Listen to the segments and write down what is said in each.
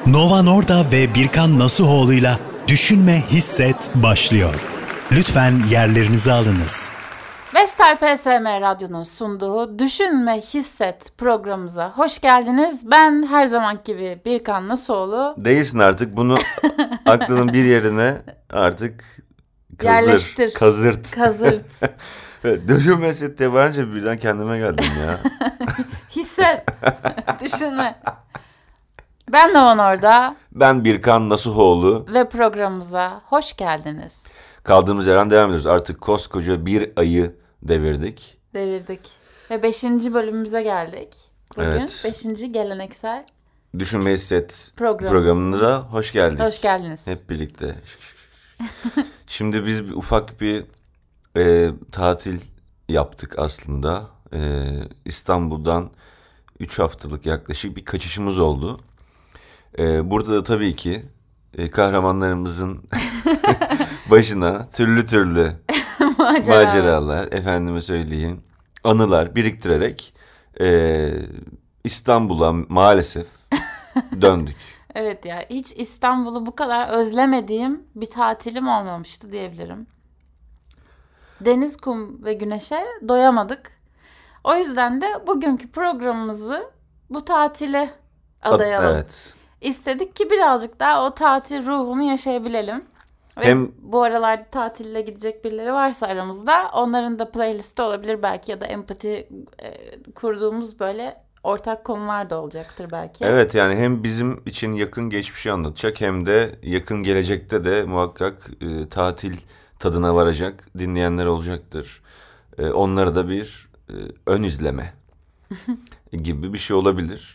Nova Norda ve Birkan Nasuhoğlu'yla Düşünme Hisset başlıyor. Lütfen yerlerinizi alınız. Vestel PSM Radyo'nun sunduğu Düşünme Hisset programımıza hoş geldiniz. Ben her zamanki gibi Birkan Nasuhoğlu. Değilsin artık, bunu aklının bir yerine artık yerleştir. Kazırt. Evet, Düşünme Hisset'te varınca birden kendime geldim ya. Hisset, düşünme. Ben Nova Norda. Ben Birkan Nasuhoğlu. Ve programımıza hoş geldiniz. Kaldığımız yerden devam ediyoruz. Artık koskoca bir ayı devirdik. Ve 5. bölümümüze geldik. Bugün evet. 5. geleneksel Düşünme Hisset programımıza hoş geldik. Hoş geldiniz. Hep birlikte. Şimdi biz ufak bir tatil yaptık aslında. İstanbul'dan 3 haftalık yaklaşık bir kaçışımız oldu. Burada da tabii ki kahramanlarımızın başına türlü maceralar, efendime söyleyeyim, anılar biriktirerek İstanbul'a maalesef döndük. Evet ya, hiç İstanbul'u bu kadar özlemediğim bir tatilim olmamıştı diyebilirim. Deniz, kum ve güneşe doyamadık. O yüzden de bugünkü programımızı bu tatile adayalım. Evet. İstedik ki birazcık daha o tatil ruhunu yaşayabilelim. Ve bu aralar tatille gidecek birileri varsa aramızda, onların da playlisti olabilir belki, ya da empati kurduğumuz böyle ortak konular da olacaktır belki. Evet, yani hem bizim için yakın geçmişi anlatacak, hem de yakın gelecekte de muhakkak tatil tadına varacak dinleyenler olacaktır. Onlara da bir ön izleme gibi bir şey olabilir.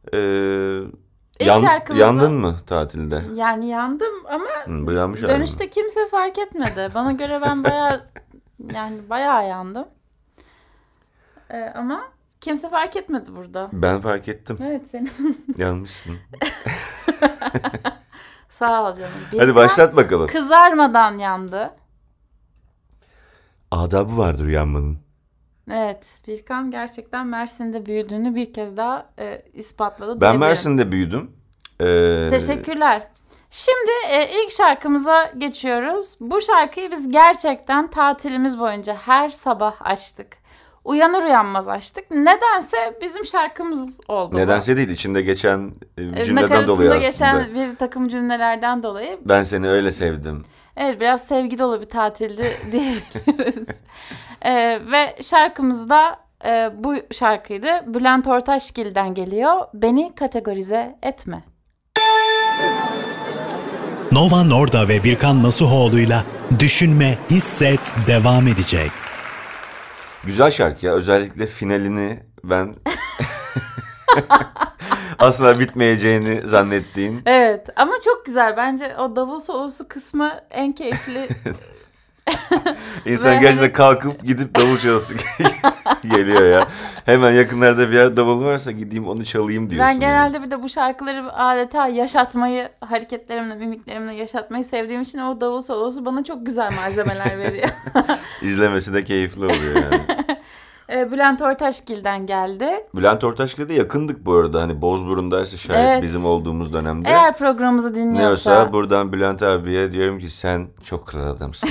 Yandın mı tatilde? Yani yandım ama dönüşte kimse fark etmedi. Bana göre ben bayağı yandım. Ama kimse fark etmedi burada. Ben fark ettim. Evet, senin. Yanmışsın. Sağ ol canım. Hadi başlat bakalım. Kızarmadan yandı. Adabı vardır yanmanın. Evet, Birkan gerçekten Mersin'de büyüdüğünü bir kez daha ispatladı. Ben Mersin'de büyüdüm. Teşekkürler. Şimdi ilk şarkımıza geçiyoruz. Bu şarkıyı biz gerçekten tatilimiz boyunca her sabah açtık. Uyanır uyanmaz açtık. Nedense bizim şarkımız oldu. Nedense değil, içinde geçen cümleden nakaratında dolayı aslında. geçen bir takım cümlelerden dolayı. Ben seni öyle sevdim. Evet, biraz sevgi dolu bir tatildi diyebiliriz. Ve şarkımız da bu şarkıydı. Bülent Ortaçgil'den geliyor. Beni kategorize etme. Nova Norda ve Birkan Nasuhoğlu'yla Düşünme Hisset devam edecek. Güzel şarkı ya. Özellikle finalini ben asla bitmeyeceğini zannettiğin. Evet, ama çok güzel. Bence o davul solosu kısmı en keyifli. İnsan gerçekten kalkıp gidip davul çalası geliyor ya. Hemen yakınlarda bir yer davul varsa gideyim onu çalayım diyorsun. Ben genelde bir de bu şarkıları adeta yaşatmayı, hareketlerimle, mimiklerimle yaşatmayı sevdiğim için o davul solosu bana çok güzel malzemeler veriyor. İzlemesi de keyifli oluyor yani. Bülent Ortaçgil'den geldi. Bülent Ortaçgil'e de yakındık bu arada. Hani Bozburun'daysa şayet, evet, bizim olduğumuz dönemde. Eğer programımızı dinliyorsa. Buradan Bülent abiye diyorum ki sen çok kral adamsın.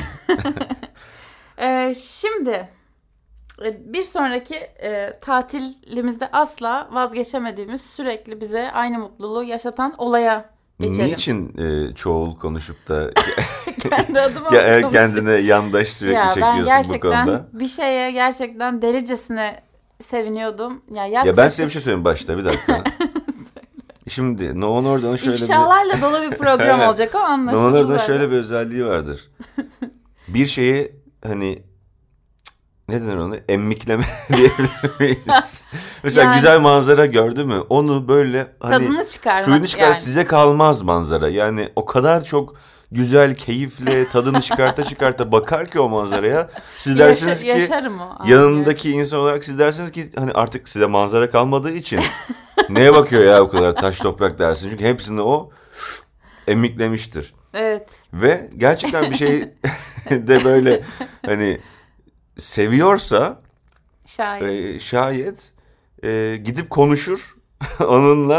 Şimdi bir sonraki tatilimizde asla vazgeçemediğimiz, sürekli bize aynı mutluluğu yaşatan olaya geçelim. Niçin çoğul konuşup da kendi adıma kendine yandaş sürekli çekiyorsun bu konuda? Ben gerçekten bir şeye gerçekten delicesine seviniyordum. Ya ben size bir şey söyleyeyim başta, bir dakika. Şimdi Nova Norda'nın şöyle İfşalarla dolu bir program olacak, o anlaşıldı. Nova Norda'nın şöyle bir özelliği vardır. Bir şeyi hani ne denir onu? Emmikleme diyebilir miyiz? Mesela güzel manzara gördü mü? Onu böyle hani tadını çıkarmak. Suyunu çıkar, size kalmaz manzara. Yani o kadar çok güzel, keyifle tadını çıkarta bakar ki o manzaraya. Siz dersiniz ki yanındaki insan olarak siz dersiniz ki hani artık size manzara kalmadığı için neye bakıyor ya o kadar taş toprak dersin. Çünkü hepsini o emmiklemiştir. Evet. Ve gerçekten bir şey de böyle hani seviyorsa şayet gidip konuşur onunla,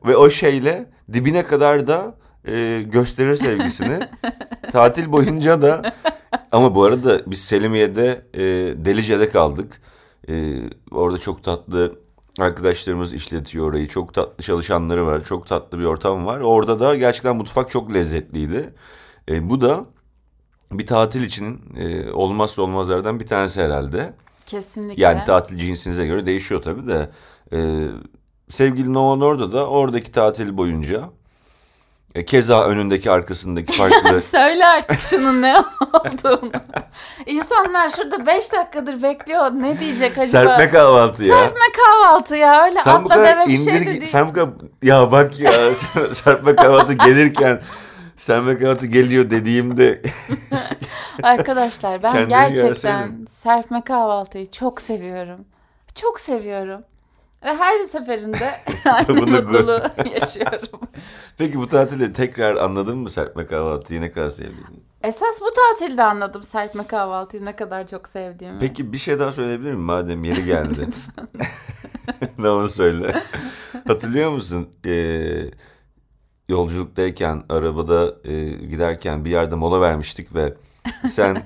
Ve o şeyle dibine kadar da gösterir sevgisini. Tatil boyunca da, ama bu arada biz Selimiye'de Delice'de kaldık. Orada çok tatlı arkadaşlarımız işletiyor orayı. Çok tatlı çalışanları var. Çok tatlı bir ortam var. Orada da gerçekten mutfak çok lezzetliydi. Bu da bir tatil için olmazsa olmazlardan bir tanesi herhalde. Kesinlikle. Yani tatil cinsinize göre değişiyor tabii de. Sevgili Nova Norda da oradaki tatil boyunca keza önündeki arkasındaki farklı... Söyle artık şunun ne olduğunu. İnsanlar şurada 5 dakikadır bekliyor. Ne diyecek acaba? Serpme kahvaltı ya. Serpme kahvaltı ya. Öyle sen atla deve bir şey de değil. Sen bu kadar... Ya bak ya serpme kahvaltı gelirken... Serpme kahvaltı geliyor dediğimde... Arkadaşlar ben gerçekten serpme kahvaltıyı çok seviyorum. Çok seviyorum. Ve her seferinde aynı mutluluğu yaşıyorum. Peki bu tatilde tekrar anladın mı serpme kahvaltıyı ne kadar sevdiğini? Esas bu tatilde anladım serpme kahvaltıyı ne kadar çok sevdiğimi. Peki bir şey daha söyleyebilir miyim madem yeri geldi? Ne onu söyle. Hatırlıyor musun? Yolculuktayken arabada giderken bir yerde mola vermiştik ve sen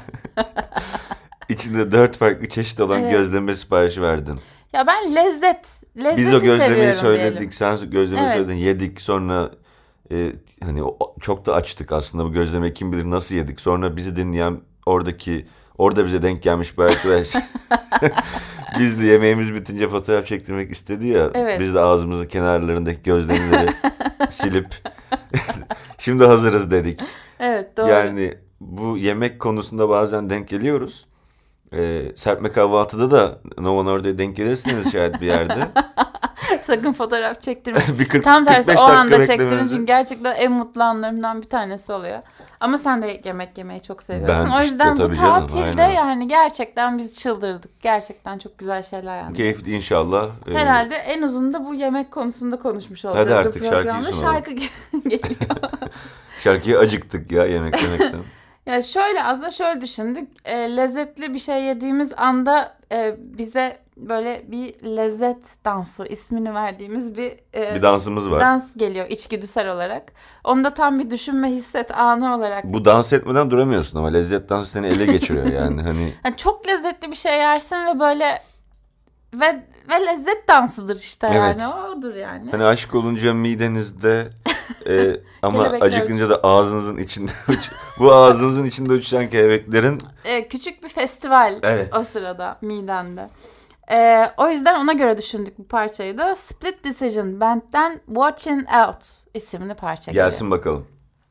içinde 4 farklı çeşit olan gözleme siparişi verdin. Ya ben lezzeti biz o gözlemeyi söyledik. Diyelim. Sen gözlemeyi söyledin. Yedik. Sonra hani çok da açtık aslında bu gözlemeyi kim bilir nasıl yedik. Sonra bizi dinleyen orada bize denk gelmiş bir arkadaş. Biz de yemeğimiz bitince fotoğraf çektirmek istedi ya. Evet. Biz de ağzımızın kenarlarındaki gözlemeleri silip şimdi hazırız dedik. Evet doğru. Yani bu yemek konusunda bazen denk geliyoruz. Serpme kahvaltıda da Nova Norda'ya denk gelirsiniz şayet bir yerde. Sakın fotoğraf çektirme. Tam tersi o anda çektirin çünkü gerçekten en mutlu anlarımdan bir tanesi oluyor. Ama sen de yemek yemeyi çok seviyorsun. O yüzden bu tatilde yani gerçekten biz çıldırdık. Gerçekten çok güzel şeyler yani. Keyifli inşallah. Herhalde en uzun da bu yemek konusunda konuşmuş olacağız. Hadi artık şarkı geliyor. Şarkıya acıktık ya yemekten. Ya aslında şöyle düşündük. Lezzetli bir şey yediğimiz anda bize böyle bir lezzet dansı ismini verdiğimiz bir dansımız var. Dans geliyor içgüdüsel olarak. Onu da tam bir düşünme hisset anı olarak. Bu dans etmeden duramıyorsun ama lezzet dansı seni ele geçiriyor yani. Hani yani çok lezzetli bir şey yersin ve böyle ve lezzet dansıdır işte yani. Evet. Odur yani. Hani aşk olunca midenizde ama acıkınca da ağzınızın içinde bu ağzınızın içinde uçuşan kelebeklerin küçük bir festival o sırada midende. O yüzden ona göre düşündük bu parçayı da. Split Decision Band'den Watching Out isimli parça geliyor. Gelsin bakalım.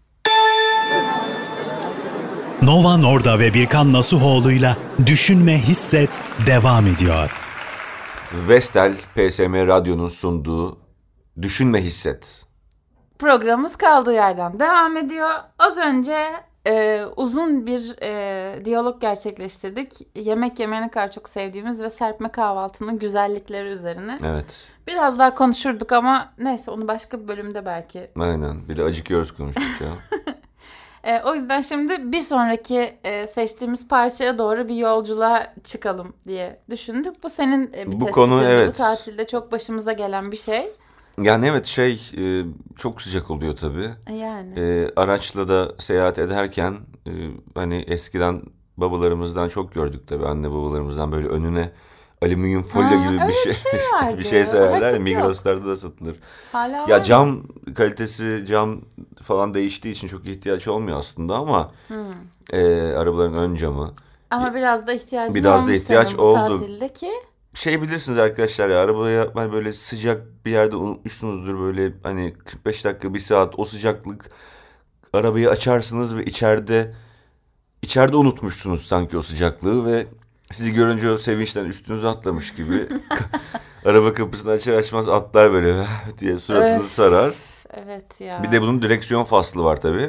Nova Norda ve Birkan Nasuhoğlu'yla Düşünme Hisset devam ediyor. Vestel PSM Radyo'nun sunduğu Düşünme Hisset. Programımız kaldığı yerden devam ediyor. Az önce uzun bir diyalog gerçekleştirdik. Yemek yemeyi ne kadar çok sevdiğimiz ve serpme kahvaltının güzellikleri üzerine. Evet. Biraz daha konuşurduk ama neyse onu başka bir bölümde belki. Aynen. Bir de acıkıyoruz konuştukça. O yüzden şimdi bir sonraki seçtiğimiz parçaya doğru bir yolculuğa çıkalım diye düşündük. Bu senin bir bu konu bu tatilde çok başımıza gelen bir şey. Yani evet çok sıcak oluyor tabii. Yani. Araçla da seyahat ederken hani eskiden babalarımızdan çok gördük tabii, anne babalarımızdan böyle önüne alüminyum folyo gibi bir şey bir şey sererler. Migros'larda da satılır. Hala ya cam kalitesi, cam falan değiştiği için çok ihtiyaç olmuyor aslında ama arabaların ön camı. Ama biraz da ihtiyaç oldu. Tatildeki. Bilirsiniz arkadaşlar ya, arabaya hani böyle sıcak bir yerde unutmuşsunuzdur, böyle hani 45 dakika 1 saat o sıcaklık, arabayı açarsınız ve içeride unutmuşsunuz sanki o sıcaklığı ve sizi görünce o sevinçten üstünüze atlamış gibi araba kapısını açar açmaz atlar böyle diye suratınızı sarar. Evet ya. Bir de bunun direksiyon faslı var tabii.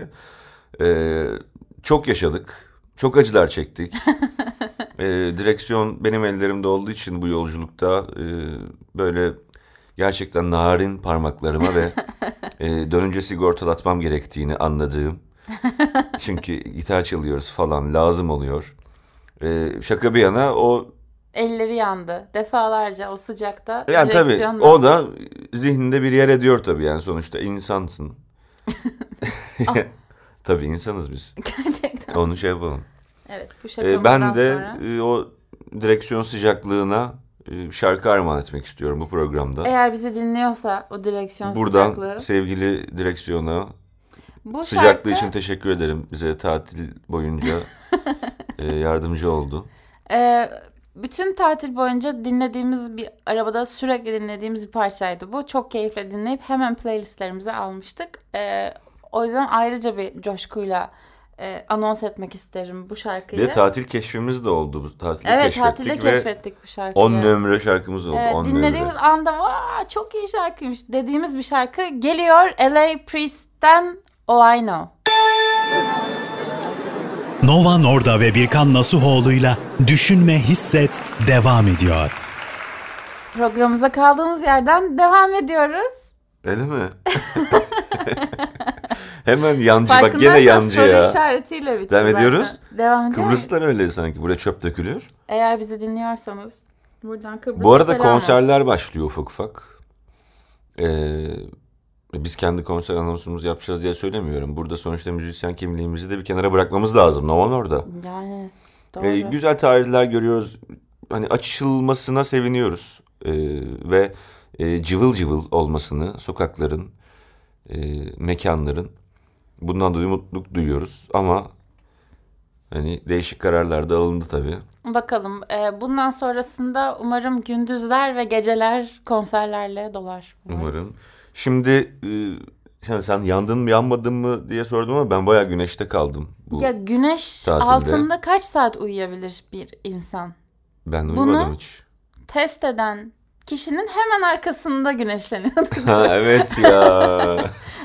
Çok yaşadık. Çok acılar çektik. Direksiyon benim ellerimde olduğu için bu yolculukta böyle gerçekten narin parmaklarıma ve dönünce sigortalatmam gerektiğini anladığım. Çünkü gitar çalıyoruz falan, lazım oluyor. Şaka bir yana o Elleri yandı. Defalarca o sıcakta Yani direksiyonla. tabii o da zihninde bir yer ediyor tabii, yani sonuçta insansın. Tabii insanız biz. Gerçekten. Onu şey yapalım. Evet, bu şakamızdan ben de sonra. O direksiyon sıcaklığına şarkı armağan etmek istiyorum bu programda. Eğer bizi dinliyorsa o direksiyon Buradan sıcaklığı. Buradan sevgili direksiyona bu sıcaklığı şarkı... için teşekkür ederim. Bize tatil boyunca yardımcı oldu. Bütün tatil boyunca dinlediğimiz bir arabada sürekli dinlediğimiz bir parçaydı bu. Çok keyifle dinleyip hemen playlistlerimize almıştık. O yüzden ayrıca bir coşkuyla anons etmek isterim bu şarkıyı. Bir de tatil keşfimiz de oldu. Evet, tatilde keşfettik bu şarkıyı. 10 nömre şarkımız oldu. Evet, dinlediğimiz anda çok iyi şarkıymış dediğimiz bir şarkı geliyor. LA Priest'ten All I Know. Nova Norda ve Birkan Nasuhoğlu'yla Düşünme Hisset devam ediyor. Programımıza kaldığımız yerden devam ediyoruz. Öyle mi? Hemen yancı, bak gene yancı ya. Soru işaretiyle bitti devam ediyoruz. Devam ediyoruz. Kıbrıslar öyle sanki. Buraya çöp dökülüyor. Eğer bizi dinliyorsanız buradan Kıbrıs'a bu arada selam konserler olsun. başlıyor ufak ufak. Biz kendi konser anonsumuzu yapacağız diye söylemiyorum. Burada sonuçta müzisyen kimliğimizi de bir kenara bırakmamız lazım. Ne var orada? Yani doğru. Güzel tarihler görüyoruz. Hani açılmasına seviniyoruz. Ve cıvıl cıvıl olmasını, sokakların, mekanların, bundan dolayı mutluluk duyuyoruz. Ama hani değişik kararlar da alındı tabii. Bakalım. Bundan sonrasında umarım gündüzler ve geceler konserlerle dolar. Umarım. Şimdi yani sen yandın mı yanmadın mı diye sordum ama ben bayağı güneşte kaldım. Ya güneş tatilde. Altında kaç saat uyuyabilir bir insan? Ben uyumadım bunu hiç. Test eden kişinin hemen arkasında güneşleniyordu. Ha, evet ya.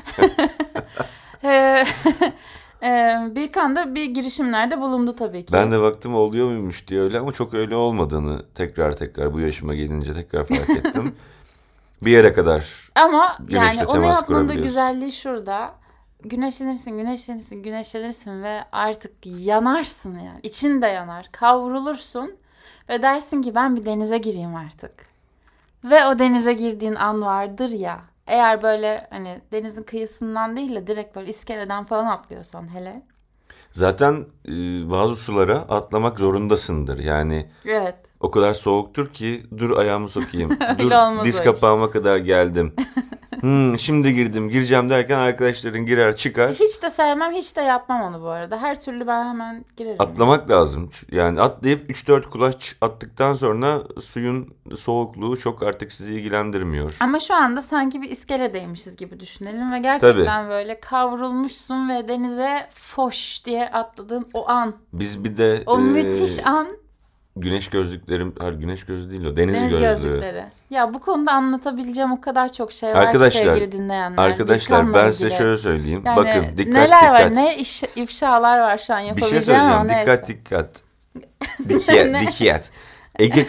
Birkan da bir girişimlerde bulundu tabii ki. Ben de baktım oluyor muymuş diye öyle, ama çok öyle olmadığını tekrar bu yaşıma gelince tekrar fark ettim. Bir yere kadar. Ama yani onu yapmanın da güzelliği şurada. Güneşlenirsin ve artık yanarsın yani. İçin de yanar. Kavrulursun ve dersin ki ben bir denize gireyim artık. Ve o denize girdiğin an vardır ya. Eğer böyle hani denizin kıyısından değil de direkt böyle iskeleden falan atlıyorsan hele. Zaten bazı sulara atlamak zorundasındır. Yani evet. O kadar soğuktur ki dur ayağımı sokayım. Dur diz kapağıma kadar geldim. Şimdi gireceğim derken arkadaşların girer çıkar. Hiç de sevmem, hiç de yapmam onu bu arada. Her türlü ben hemen girerim. Atlamak lazım. Yani atlayıp 3-4 kulaç attıktan sonra suyun soğukluğu çok artık sizi ilgilendirmiyor. Ama şu anda sanki bir iskeledeymişiz gibi düşünelim ve gerçekten böyle kavrulmuşsun ve denize foş diye atladığın o an. Biz bir de o müthiş an. Güneş gözlüklerim, güneş gözlüğü değil o, deniz gözlükleri. Ya bu konuda anlatabileceğim o kadar çok şey var sevgili dinleyenler. Arkadaşlar ben size şöyle söyleyeyim. Yani bakın dikkat neler var, ne ifşalar var şu an yapabileceğim. Bir şey söyleyeceğim, dikkat. Dikkat. Ege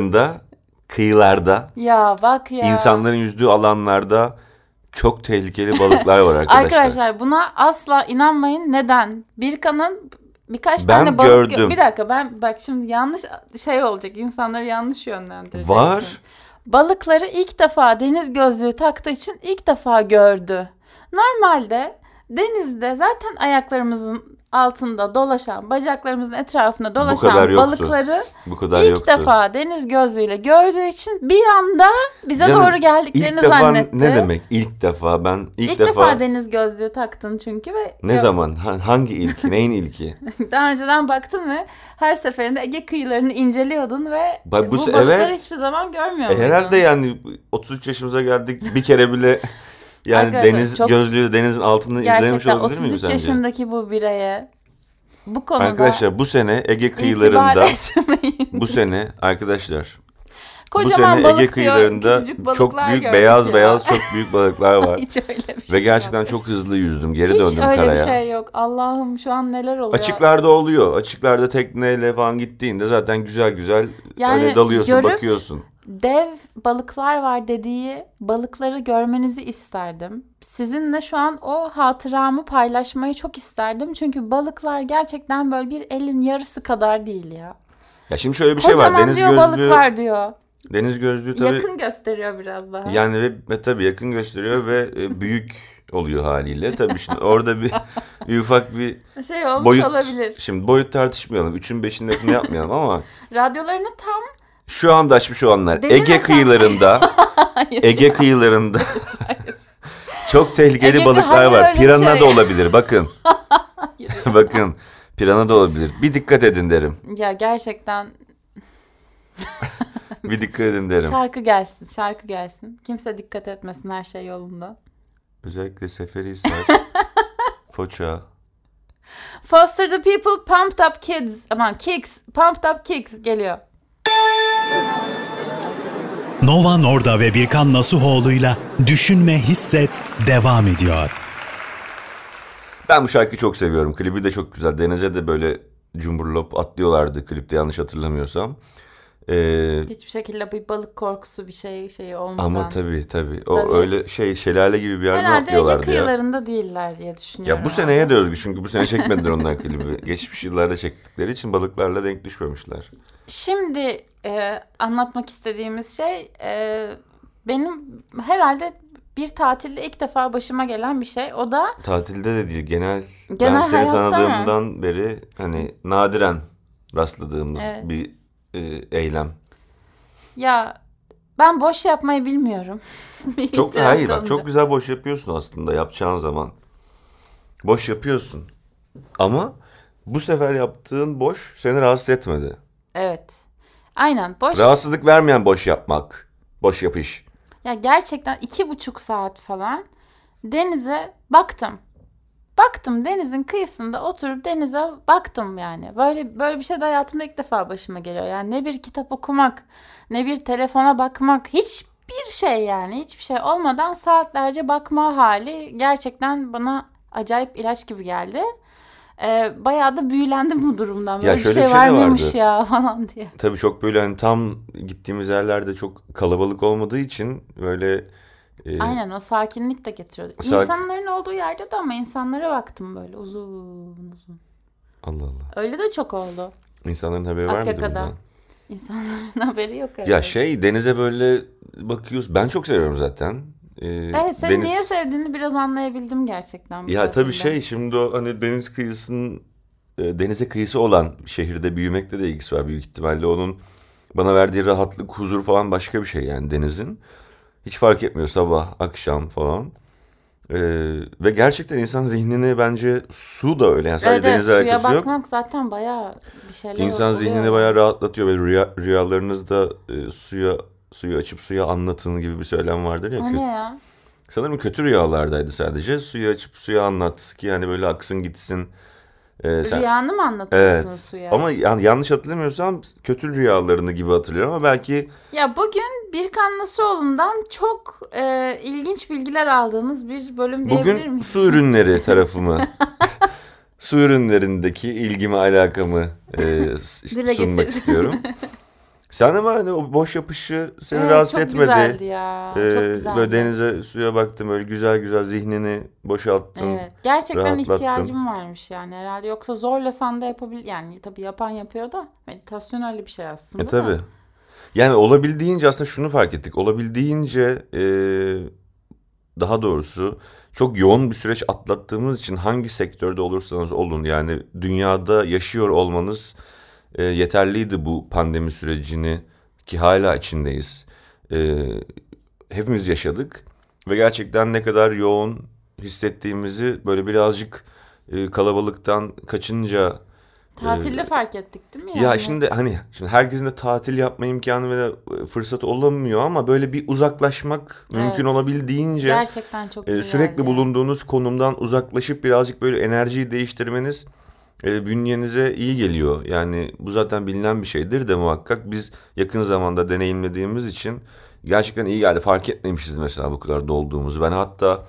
kıyılarda. Ya bak ya. İnsanların yüzdüğü alanlarda çok tehlikeli balıklar var arkadaşlar. Arkadaşlar buna asla inanmayın. Neden? Birkan'ın birkaç tane balık gördüm. Bir dakika bak şimdi yanlış şey olacak. İnsanları yanlış yönlendireceksin. Var. Balıkları ilk defa deniz gözlüğü taktığı için ilk defa gördü. Normalde denizde zaten ayaklarımızın altında dolaşan, bacaklarımızın etrafında dolaşan balıkları ilk defa deniz gözlüğüyle gördüğü için bir anda bize doğru geldiklerini zannetti. Ne demek ilk defa? Ben ilk defa deniz gözlüğü taktın çünkü ve ne zaman? Hangi ilk? Neyin ilki? Daha önceden baktım ve her seferinde Ege kıyılarını inceliyordun ve bu balıkları hiçbir zaman görmüyor muydun? Herhalde yani 33 yaşımıza geldik bir kere bile. Yani deniz gözlüğü denizin altını izlemiş olabilir miyim sence? Gerçekten 33 yaşındaki bu bireye bu konuda arkadaşlar bu sene Ege kıyılarında bu sene arkadaşlar kocaman bu sene Ege kıyılarında çok büyük beyaz çok büyük balıklar var. Hiç öyle bir şey ve gerçekten çok hızlı yüzdüm. Geri döndüm karaya. Hiç öyle bir şey yok. Allah'ım şu an neler oluyor? Açıklarda oluyor. Açıklarda tekneyle falan gittiğinde zaten güzel yani öyle dalıyorsun, bakıyorsun. Dev balıklar var dediği balıkları görmenizi isterdim. Sizinle şu an o hatıramı paylaşmayı çok isterdim. Çünkü balıklar gerçekten böyle bir elin yarısı kadar değil ya. Ya şimdi şöyle bir şey var. Deniz diyor, gözlüğü, balık var diyor. Deniz gözlüğü tabii. Yakın gösteriyor biraz daha. Yani ve tabii yakın gösteriyor ve büyük oluyor haliyle. Tabii şimdi orada bir ufak bir şey olmuş boyut, olabilir. Şimdi boyut tartışmayalım. 3'ün 5'in lafını yapmayalım ama. Radyolarını tam. Şu anda açmış olanlar. Ege kıyılarında. Ege kıyılarında. Çok tehlikeli balıklar var. Pirana da olabilir. Bakın. Bakın. Pirana da olabilir. Bir dikkat edin derim. Ya gerçekten. Bir dikkat edin derim. Şarkı gelsin. Kimse dikkat etmesin, her şey yolunda. Özellikle Seferihisar, Foça. Foster the people, pumped up kids. Aman kicks, pumped up kicks geliyor. Nova Norda ve Birkan Nasuhoğlu'yla Düşünme Hisset devam ediyor. Ben bu şarkıyı çok seviyorum. Klibi de çok güzel. Denize de böyle cumburlop atlıyorlardı klipte, yanlış hatırlamıyorsam. Hiçbir şekilde bir balık korkusu bir şey olmadan. Ama tabii. O öyle şelale gibi bir yerden atlıyorlardı ya. Herhalde Ege kıyılarında değiller diye düşünüyorum. Ya bu seneye de özgü, çünkü bu sene çekmediler onlar klibi. Geçmiş yıllarda çektikleri için balıklarla denk düşmemişler. Şimdi anlatmak istediğimiz şey benim herhalde bir tatilde ilk defa başıma gelen bir şey. O da tatilde de değil, genel ben seni tanıdığımdan beri hani nadiren rastladığımız bir eylem. Ya ben boş yapmayı bilmiyorum. Hayır bak, çok güzel boş yapıyorsun aslında yapacağın zaman. Boş yapıyorsun. Ama bu sefer yaptığın boş seni rahatsız etmedi. Evet. Aynen boş. Rahatsızlık vermeyen boş yapmak. Boş yapış. Ya gerçekten 2,5 saat falan denize baktım. Baktım, denizin kıyısında oturup denize baktım yani. Böyle bir şey de hayatımda ilk defa başıma geliyor. Yani ne bir kitap okumak, ne bir telefona bakmak, hiçbir şey olmadan saatlerce bakma hali gerçekten bana acayip ilaç gibi geldi. Bayağı da büyülendim bu durumdan. Böyle bir şey var mıymış ya falan diye. Tabii çok böyle hani tam gittiğimiz yerlerde çok kalabalık olmadığı için böyle... Aynen, o sakinlik de getiriyordu. İnsanların olduğu yerde de ama insanlara baktım böyle uzun. Allah Allah. Öyle de çok oldu. İnsanların haberi var mıydı bundan? İnsanların haberi yok herhalde. Ya denize böyle bakıyoruz. Ben çok seviyorum zaten. Evet, senin niye sevdiğini biraz anlayabildim gerçekten. Ya tabii şimdi o hani deniz kıyısının denize kıyısı olan şehirde büyümekle de ilgisi var büyük ihtimalle. Onun bana verdiği rahatlık, huzur falan başka bir şey yani denizin. Hiç fark etmiyor, sabah, akşam falan. Ve gerçekten insan zihnini, bence su da öyle. Yani sadece denizle alakası yok. Suya bakmak zaten bayağı bir şeyler İnsan zihnini bayağı rahatlatıyor ve rüyalarınızda suyu açıp suya anlatın gibi bir söylem vardır ya. O ne ya? Sanırım kötü rüyalardaydı sadece. Suyu açıp suya anlat ki yani böyle aksın gitsin. Rüyanı mı anlatıyorsun suya? Ama yanlış hatırlamıyorsam kötü rüyalarını gibi hatırlıyorum ama belki... Ya bugün Birkan Nasuhoğlu'ndan çok ilginç bilgiler aldığınız bir bölüm diyebilir miyim? Bugün su ürünleri tarafımı, su ürünlerindeki ilgimi, alakamı sunmak istiyorum. Sen ama hani o boş yapışı seni rahatsız etmedi. Çok güzeldi ya. Çok güzeldi. Böyle denize, suya baktım, öyle güzel zihnini boşalttın. Evet. Gerçekten ihtiyacım varmış yani herhalde. Yoksa zorlasan da yapabilir. Yani tabii yapan yapıyor da meditasyon öyle bir şey aslında. Tabii. Yani olabildiğince aslında şunu fark ettik. Olabildiğince daha doğrusu çok yoğun bir süreç atlattığımız için hangi sektörde olursanız olun, yani dünyada yaşıyor olmanız yeterliydi bu pandemi sürecini, ki hala içindeyiz. Hepimiz yaşadık ve gerçekten ne kadar yoğun hissettiğimizi böyle birazcık kalabalıktan kaçınca tatilde fark ettik değil mi yani? Ya şimdi herkesin de tatil yapma imkanı ve fırsat olamıyor ama böyle bir uzaklaşmak mümkün olabildiğince gerçekten çok sürekli bulunduğunuz konumdan uzaklaşıp birazcık böyle enerjiyi değiştirmeniz bünyenize iyi geliyor. Yani bu zaten bilinen bir şeydir de muhakkak biz yakın zamanda deneyimlediğimiz için gerçekten iyi geldi. Fark etmemişiz mesela bu kadar dolduğumuzu. Ben hatta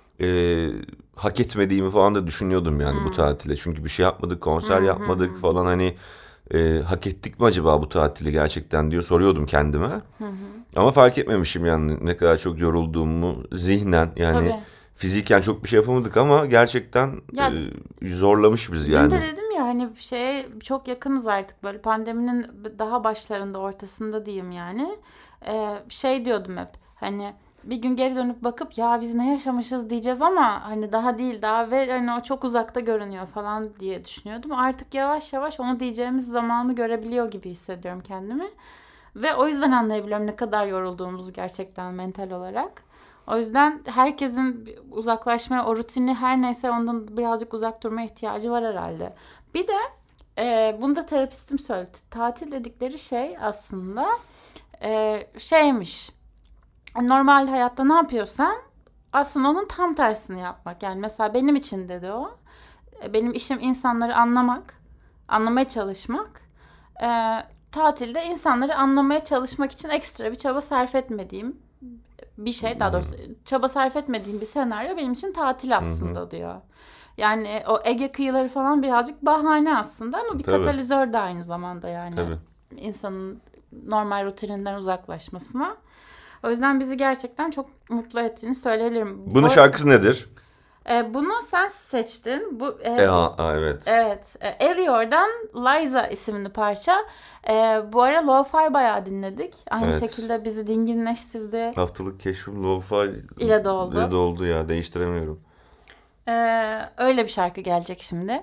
hak etmediğimi falan da düşünüyordum yani bu tatile. Çünkü bir şey yapmadık, konser yapmadık falan, hani hak ettik mi acaba bu tatili gerçekten diyor soruyordum kendime. Ama fark etmemişim yani ne kadar çok yorulduğumu zihnen, yani fiziken çok bir şey yapamadık ama gerçekten zorlamış bizi yani. Dün de dedim ya hani çok yakınız artık, böyle pandeminin daha başlarında, ortasında diyeyim yani. Diyordum hep hani bir gün geri dönüp bakıp ya biz ne yaşamışız diyeceğiz ama hani daha değil daha ve hani o çok uzakta görünüyor falan diye düşünüyordum. Artık yavaş yavaş onu diyeceğimiz zamanı görebiliyor gibi hissediyorum kendimi. Ve o yüzden anlayabiliyorum ne kadar yorulduğumuzu gerçekten mental olarak. O yüzden herkesin uzaklaşmaya, o rutini her neyse ondan birazcık uzak durmaya ihtiyacı var herhalde. Bir de bunu da terapistim söyledi. Tatil dedikleri şey aslında şeymiş. Normal hayatta ne yapıyorsan aslında onun tam tersini yapmak. Yani mesela benim için dedi o. Benim işim insanları anlamak, anlamaya çalışmak. Tatilde insanları anlamaya çalışmak için ekstra bir çaba sarf etmediğim bir şey, daha doğrusu çaba sarf etmediğim bir senaryo benim için tatil aslında diyor. Yani o Ege kıyıları falan birazcık bahane aslında ama bir katalizör de aynı zamanda yani. Tabii. İnsanın normal rutininden uzaklaşmasına. O yüzden bizi gerçekten çok mutlu ettiğini söyleyebilirim. Bunun şarkısı nedir? Bunu sen seçtin. Evet. Evet. Elior'dan Liza isimli parça. Bu ara lo-fi bayağı dinledik. Aynı şekilde bizi dinginleştirdi. Haftalık keşfim lo-fi ile doldu ya. Değiştiremiyorum. Öyle bir şarkı gelecek şimdi.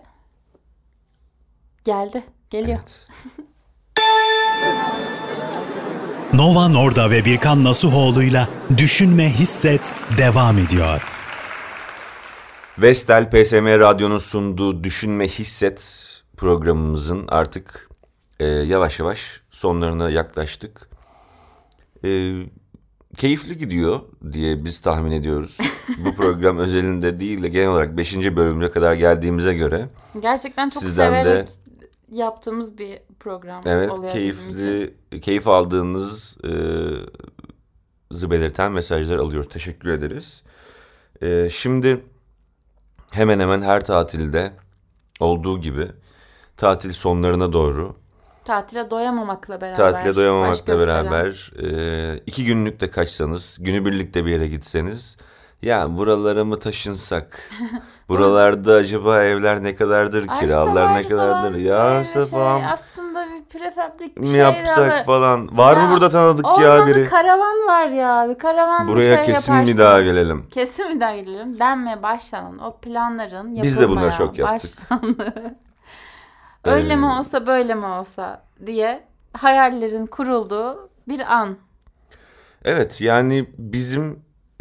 Geliyor. Evet. Nova Norda ve Birkan Nasuhoğlu'yla Düşünme Hisset devam ediyor. Vestel PSM Radyo'nun sunduğu Düşünme Hisset programımızın artık yavaş yavaş sonlarına yaklaştık. Keyifli gidiyor diye biz tahmin ediyoruz. Bu program özelinde değil de genel olarak 5. bölümüne kadar geldiğimize göre. Gerçekten çok severek yaptığımız bir program oluyor keyifli, keyif aldığınızı belirten mesajlar alıyoruz. Teşekkür ederiz. Şimdi hemen hemen her tatilde olduğu gibi tatil sonlarına doğru tatile doyamamakla beraber 2 günlük de kaçsanız, günübirlik de bir yere gitseniz ya buralara mı taşınsak? Buralarda acaba evler ne kadardır, kiralar ne kadardır, yarsa falan. Aslında bir prefabrik bir şey yapsak falan. Var mı burada tanıdık ya biri? Orada karavan var ya. Bir karavan buraya kesin bir daha gelelim. Kesin bir daha gelelim. Denmeye başlanan o planların yapılmaya biz de bunları çok yaptık. Öyle mi olsa böyle mi olsa diye hayallerin kurulduğu bir an. Evet, yani bizim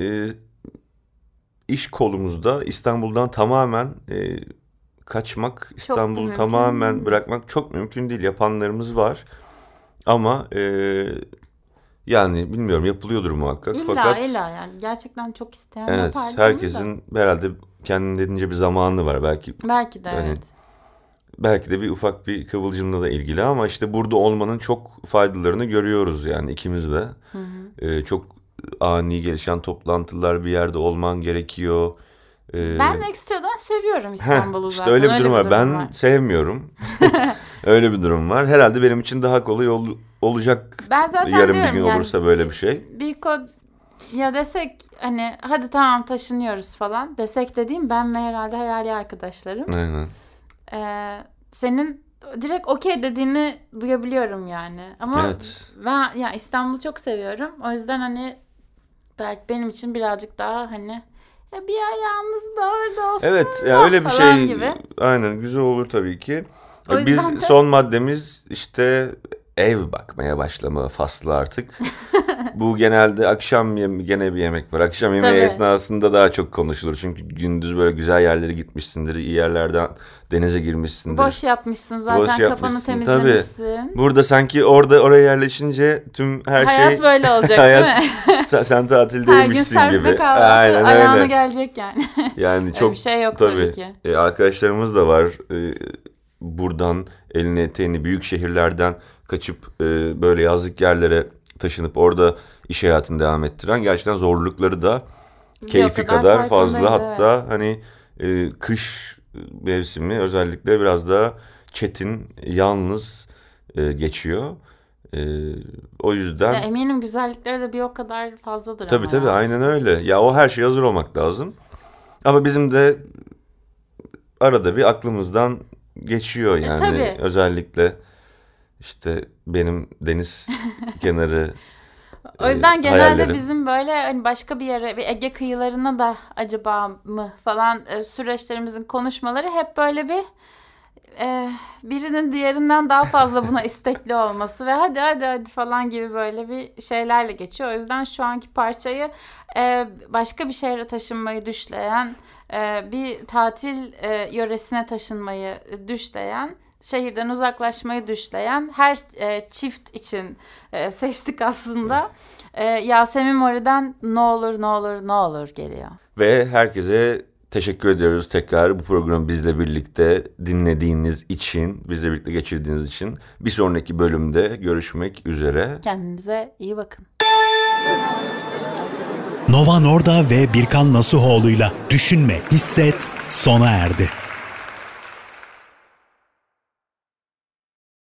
iş kolumuzda İstanbul'dan tamamen kaçmak, İstanbul'u tamamen bırakmak çok mümkün değil. Yapanlarımız var ama yani bilmiyorum, yapılıyordur muhakkak. İlla yani gerçekten çok isteyen yapar. Evet, herkesin herhalde kendince bir zamanı var belki. Belki de evet. Belki de bir ufak bir kıvılcımla da ilgili ama işte burada olmanın çok faydalarını görüyoruz yani ikimiz de. Çok ani gelişen toplantılar, bir yerde olman gerekiyor. Ben ekstradan seviyorum İstanbul'u zaten. İşte öyle bir durum var. Ben sevmiyorum. Öyle bir durum var. Herhalde benim için daha kolay olacak. Ben zaten yarın bir gün olursa yani, böyle bir şey. Bir kod ya desek hani hadi tamam taşınıyoruz falan desek dediğim ben ve herhalde hayali arkadaşlarım. Aynen. Senin direkt okey dediğini duyabiliyorum yani. Ama ben ya İstanbul'u çok seviyorum. O yüzden hani belki benim için birazcık daha hani ya bir ayağımız da orada olsun. Evet ya öyle bir şey gibi. Aynen güzel olur tabii ki. Biz son maddemiz işte ev bakmaya başlama faslı artık. Bu genelde akşam gene bir yemek var. Akşam yemeği esnasında daha çok konuşulur. Çünkü gündüz böyle güzel yerlere gitmişsindir. İyi yerlerden denize girmişsindir. Boş yapmışsın zaten. Kafanı temizlemişsin. Tabii. Burada sanki oraya yerleşince tüm her şey... Hayat böyle olacak değil mi? Sen tatildeymişsin gibi. Her gün serpme kahvaltı ayağına gelecek yani. Yani çok bir şey yok tabii ki. Arkadaşlarımız da var. Buradan elini eteğini büyük şehirlerden kaçıp böyle yazlık yerlere taşınıp orada iş hayatını devam ettiren, gerçekten zorlukları da keyfi kadar fazla. Hatta hani kış mevsimi özellikle biraz daha çetin, yalnız geçiyor. O yüzden... Ya eminim güzellikleri de bir o kadar fazladır. Tabii aynen öyle. Ya o her şeye hazır olmak lazım. Ama bizim de arada bir aklımızdan geçiyor yani. Tabii. Özellikle işte benim deniz kenarı o yüzden genelde hayallerim. Bizim böyle hani başka bir yere, bir Ege kıyılarına da acaba mı falan süreçlerimizin konuşmaları hep böyle bir birinin diğerinden daha fazla buna istekli olması ve hadi falan gibi böyle bir şeylerle geçiyor. O yüzden şu anki parçayı başka bir şehre taşınmayı düşleyen, bir tatil yöresine taşınmayı düşleyen, şehirden uzaklaşmayı düşleyen her çift için seçtik aslında. Yasemin Mori'den Ne olur geliyor. Ve herkese teşekkür ediyoruz tekrar bu programı bizle birlikte dinlediğiniz için, bizle birlikte geçirdiğiniz için. Bir sonraki bölümde görüşmek üzere. Kendinize iyi bakın. Nova Norda ve Birkan Nasuhoğlu'yla Düşünme, Hisset sona erdi.